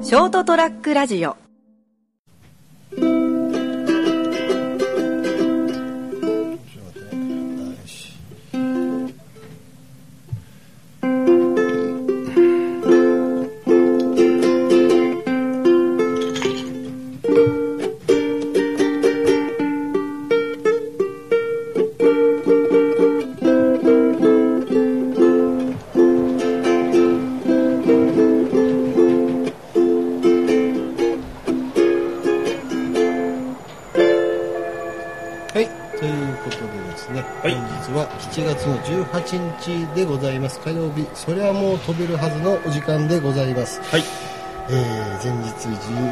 ショートトラックラジオ。 7月の18日でございます。火曜日、それはもう飛べるはずのお時間でございます。はい。前日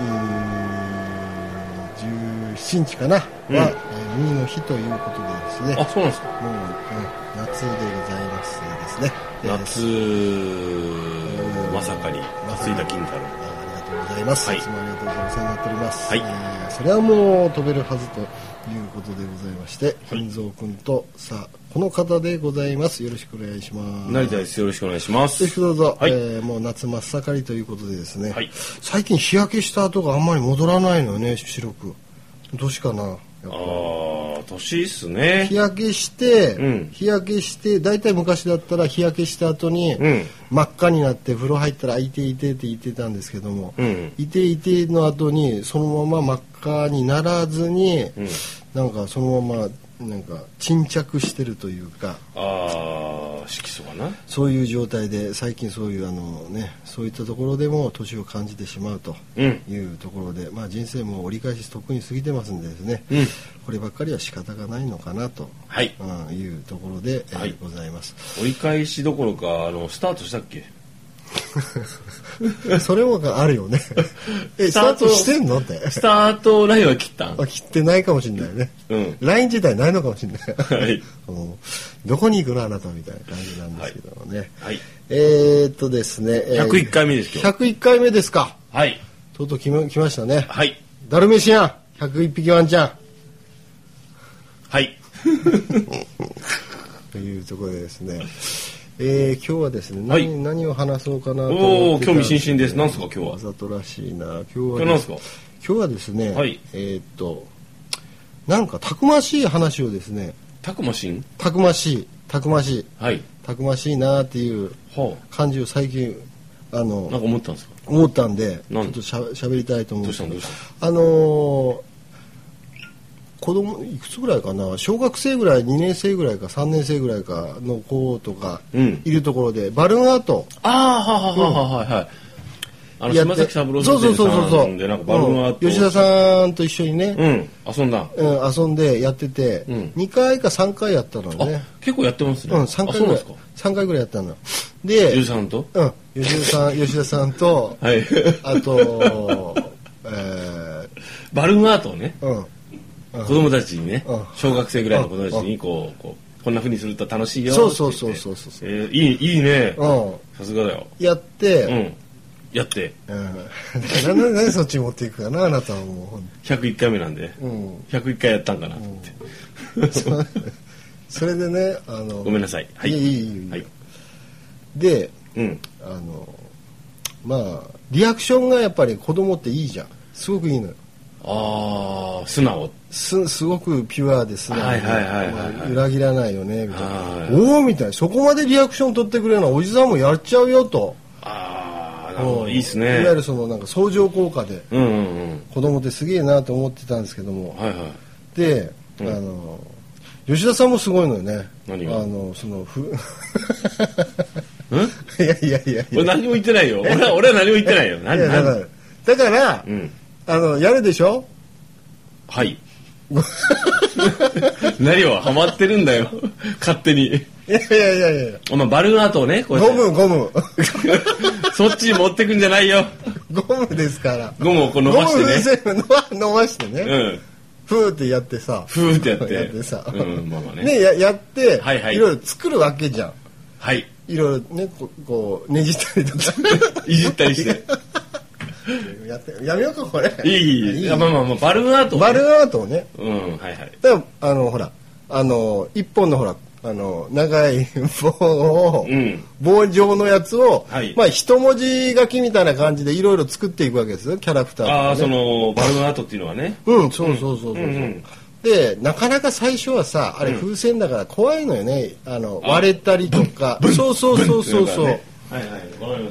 17日かな、は、海の日ということでですね。 あ、そうなんですか。 もう、夏でございますですね。 夏、まさかに、松井田金太郎。 ありがとうございます。 はい。 いつもありがとうございます。お世話になっております。 はい。 それはもう飛べるはずということでございまして、金蔵君と、さあ、この方でございます。よろしくお願いします。 成田です。よろしくお願いします。 よろしくどうぞ。 はい。 もう夏真っ盛りということでですね。 はい。 最近日焼けした後があんまり戻らないのよね、白く。年かな。 年っすね。 日焼けして、だいたい昔だったら日焼けした後に、真っ赤になって風呂入ったらいていてって言ってたんですけども、いていての後にそのまま真っ赤にならずに、なんかそのままなんか沈着してるというか、 色素かな、 そういう状態で最近そういうそういったところでも年を感じてしまうというところで、人生も折り返しとっくに過ぎてますんでですね、こればっかりは仕方がないのかなと、いうところで、ございます。 折り返しどころかスタートしたっけ？ それもあるよね。スタートしてんのって。 スタートラインは切ったん？ 切ってないかもしれないね。ライン自体ないのかもしれない。 はい。 どこに行くのあなたみたいな感じなんですけどもね。 はい。 ですね。 101回目ですけど。 101回目ですか。 はい。 とうとう来ましたね。 はい。 ダルメシアン101匹ワンちゃん。 はい。 というところでですね。今日はですね、何を話そうかなと思って興味津々です。何ですか今日は。 わざとらしいな。今日は何ですか。 今日はですね、なんかたくましい話をですね。 たくましい。 はい。たくましいなっていう感じを最近なんか思ったんですか。 思ったんで、ちょっと喋りたいと思うんですけど。 どうした子供いくつぐらいかな、小学生ぐらい、2年生ぐらいか3年生ぐらいかの子とかいるところで、バルーンアート、 島崎三郎先生さんでなんかバルーンアート、 吉田さんと一緒にね、 遊んでやってて、2回か3回やったのね。 結構やってますね。 3回ぐらいやったので、 吉田さんと吉田さんとあとバルーンアートをね、子供たちにね、小学生ぐらいの子供たちにこんな風にすると楽しいよってそういいね、さすがだよ。 やってなんでそっちに持っていくかな、あなたはもう 101回目なんで、101回やったんかなと思って、 それでね、 ごめんなさい。はい。 で、リアクションがやっぱり子供っていいじゃん、すごくいいのよ。 素直、 すごくピュアで素直で、裏切らないよねみたいな。おおみたいな、そこまでリアクション取ってくれるのはおじさんもやっちゃうよと。 いいですね。 いわゆるそのなんか相乗効果で子供ってすげえなと思ってたんですけども、で、吉田さんもすごいのよね。 何が？ いや俺何も言ってないよ。俺は何も言ってないよ。 だからやるでしょ。 はい。何をハマってるんだよ、勝手に。いや。お前バルーンアートをね、 ゴムそっちに持ってくんじゃないよ。 ゴムですから。 ゴムを伸ばしてね。 伸ばしてね。ふーってやってさ。 ふーってやってさ。 ね、 やって、いろいろ作るわけじゃん。 はい。 いろいろね、こうねじったりとか。 いじったりして。 やめようかこれ。 いい。バルーンアート。 バルーンアートをね。 はい。 だからほら一本のほら長い棒を、棒状のやつを、まあ一文字書きみたいな感じでいろいろ作っていくわけですよ、キャラクターとか、ね。 そのバルーンアートっていうのはね。 そう。でなかなか最初はさ、あれ風船だから怖いのよね。割れたりとか。そう。 はいはい、わかります。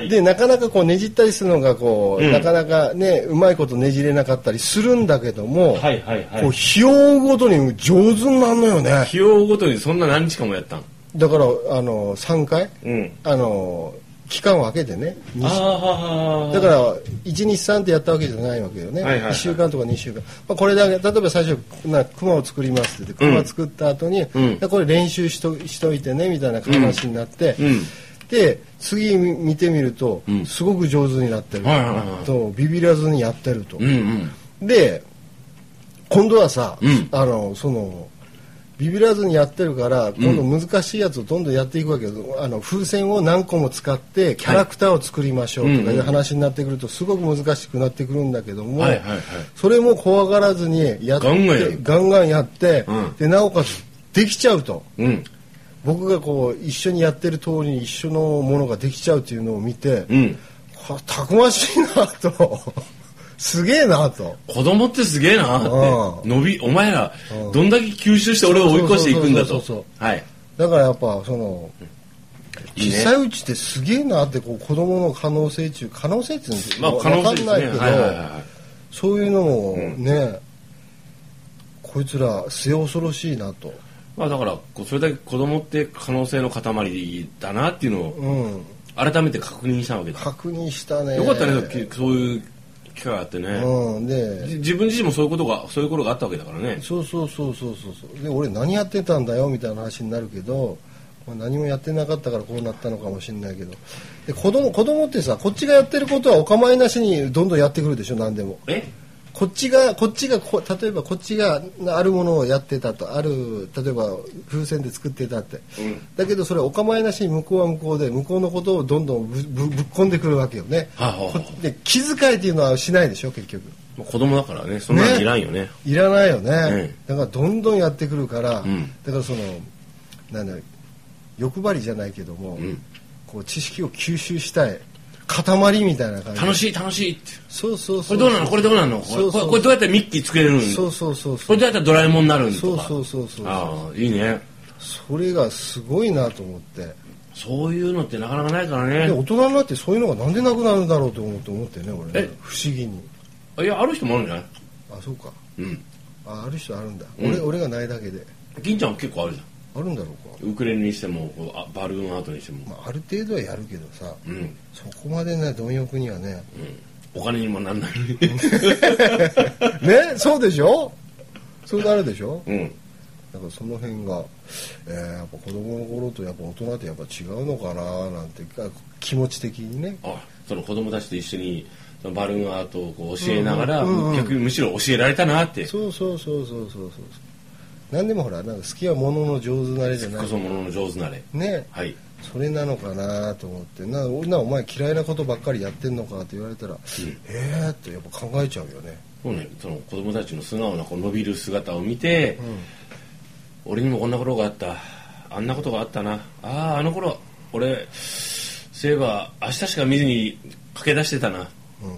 でなかなかこうねじったりするのがこう、なかなかねうまいことねじれなかったりするんだけども、こう日をごとに上手になるのよね。 日をごとにそんな何日間もやったんだから3回、期間を空けてね。だから1日3ってやったわけじゃないわけよね。1週間とか2週間、まあ、これだけ例えば最初クマを作りますって言ってクマ作った後に、これ練習しといてねみたいな話になって、で次見てみると、すごく上手になってると、ビビらずにやってると、で今度はさ、そのビビらずにやってるから今度難しいやつをどんどんやっていくわけよ。風船を何個も使ってキャラクターを作りましょうとかいう話になってくるとすごく難しくなってくるんだけども、それも怖がらずにやってガンガンやって、でなおかつできちゃうと。僕がこう一緒にやってる通りに一緒のものができちゃうというのを見て、たくましいなとすげえなと。 子供ってすげえなってお前らどんだけ吸収して俺を追い越していくんだと。 だからやっぱその実際うちってすげえなって、こう子供の可能性って分かんないけど、そういうのもね、こいつら末恐ろしいなと。 まあだからそれだけ子供って可能性の塊だなっていうのを改めて確認したわけだ。 確認したね。 よかったね、そういう機会があってね。で自分自身もそういう頃があったわけだからね。 そう。で俺何やってたんだよみたいな話になるけど、何もやってなかったからこうなったのかもしれないけど、で子供ってさ、こっちがやってることはお構いなしにどんどんやってくるでしょ、何でも。こっちが例えばこっちがあるものをやってたと、例えば風船で作ってたって、だけどそれお構いなしに向こうは向こうで向こうのことをどんどんぶっ込んでくるわけよね。で気遣いっていうのはしないでしょ結局。 子供だからね、そんなのいらんよね。 いらないよね。だからどんどんやってくるから、だからそのなんだ欲張りじゃないけども、こう知識を吸収したい塊みたいな感じ。楽しいって。 そう。 これどうなのこれどうなのこれどうやってミッキー作れるの。 そう。 これどうやったらドラえもんになるんとか。 そう。 いいね。 それがすごいなと思って。 そういうのってなかなかないからね。 で大人になってそういうのがなんでなくなるんだろうと思ってね、俺ね。不思議に。 いや、ある人もあるんじゃない。 そうか。ある人あるんだ。俺がないだけで。 銀ちゃんは結構あるじゃん。 あるんだろうか。 ウクレレにしてもバルーンアートにしても、 ある程度はやるけどさ、そこまでね貪欲にはね、 お金にもなんないね。そうでしょ。そうなるでしょ。だからその辺が、やっぱ子供の頃とやっぱ大人ってやっぱ違うのかななんて気持ち的にね。 その子供たちと一緒にバルーンアートをこう教えながら、逆にむしろ教えられたなって。 そう。何でもほらなんか好きはものの上手なれじゃない。 好きこそものの上手なれ。 ね。それなのかなと思って、お前嫌いなことばっかりやってんのかって言われたら、ってやっぱ考えちゃうよね。 そうね。その子供たちの素直なこう伸びる姿を見て、俺にもこんなことがあった、あんなことがあったな、あの頃俺そういえば明日しか見ずに駆け出してたな、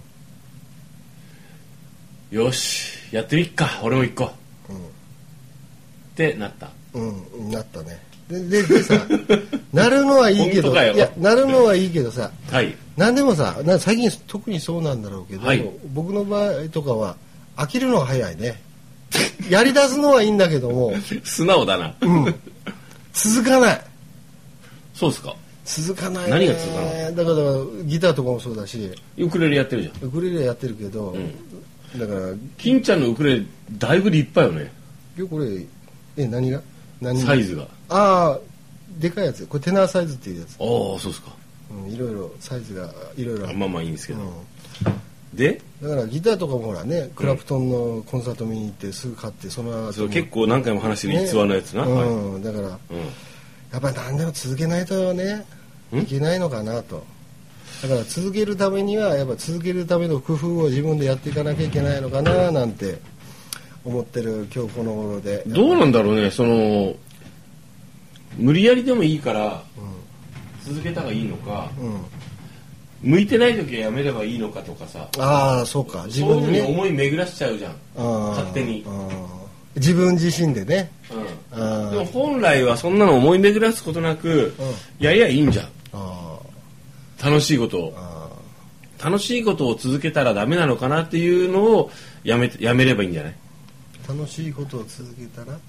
よしやってみっか俺も一個、ってなった。 なったね。でさなるのはいいけど、なるのはいいけどさ、何でもさ、最近特にそうなんだろうけど、僕の場合とかは飽きるのが早いね。やりだすのはいいんだけども素直だな。 続かない。 そうですか。 続かないね。 何が続かない。 だからギターとかもそうだし、 ウクレレやってるじゃん。 ウクレレやってるけど、だから金ちゃんのウクレレだいぶ立派よね。 これ何がサイズがでかいやつ。これテナーサイズっていうやつ。 そうですか。 いろいろサイズがいろいろ。 まあいいんですけど。でだからギターとかもほらね、クラプトンのコンサート見に行ってすぐ買って、その後結構何回も話してる逸話のやつな。 だからやっぱり何でも続けないとねいけないのかなと。だから続けるためにはやっぱ続けるための工夫を自分でやっていかなきゃいけないのかななんて思ってる今日この頃で。 どうなんだろうね。その無理やりでもいいから続けた方がいいのか、向いてない時はやめればいいのかとかさ。 ああ、そうか。 自分に思い巡らしちゃうじゃん、勝手に。 自分自身でね。 でも本来はそんなの思い巡らすことなく、やりゃいいんじゃん。楽しいことを。楽しいことを続けたらダメなのかなっていうのをやめればいいんじゃない？ 楽しいことを続けたら？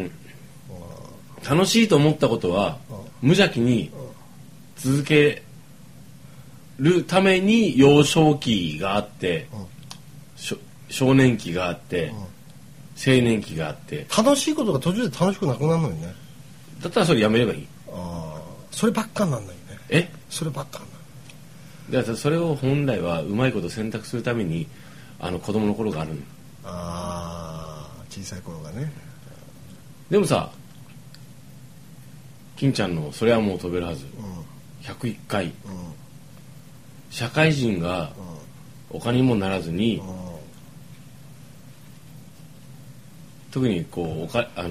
楽しいと思ったことは無邪気に続けるために幼少期があって、少年期があって、青年期があって。 楽しいことが途中で楽しくなくなるのにね。 だったらそれやめればいい。 そればっかになるのにね。そればっかになる。 だからそれを本来はうまいこと選択するために子供の頃があるの。 小さい頃がね。 でもさ、金ちゃんのそれはもう飛べるはず、101回、社会人がお金にもならずに、特にこう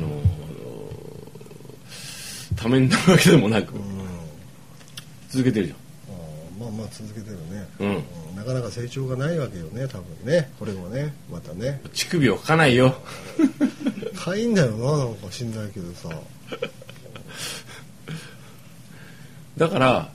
ためになるわけでもなく、続けてるじゃん。 まあ続けてるね。なかなか成長がないわけよね、多分ね。これもね、またね。 乳首をかかないよ。 かいんだよな、なんか知んないけどさ。 だから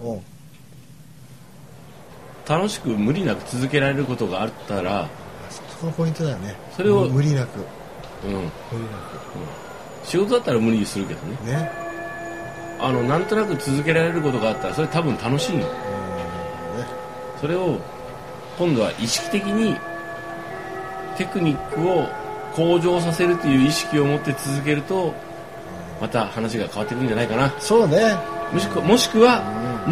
楽しく無理なく続けられることがあったら、 そこのポイントだよね。 それを無理なく。 無理なく。仕事だったら無理するけどね。なんとなく続けられることがあったらそれ多分楽しいの。それを今度は意識的にテクニックを向上させるという意識を持って続けるとまた話が変わってくるんじゃないかな。 そうね。 もしくは、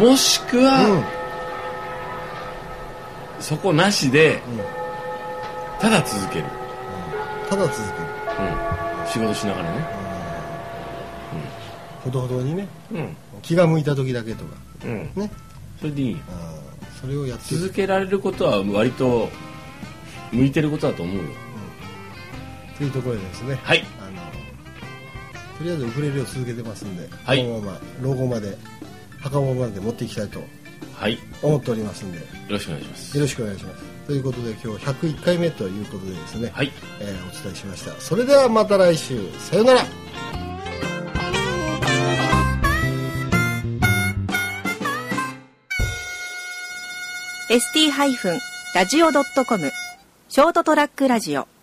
そこなしで、ただ続ける。 ただ続ける。 仕事しながらね。 ほどほどにね。気が向いた時だけとか。ね。 それでいいよ。 それをやって続けられることは割と向いてることだと思うよ。 というところでですね。 はい。 とりあえずウクレレを続けてますんで、このまま老後まで墓場まで持っていきたいと思っておりますんで、よろしくお願いします。 よろしくお願いします。ということで今日101回目ということでですね、お伝えしました。それではまた来週、さようなら。 ST-radio.com ショートトラックラジオ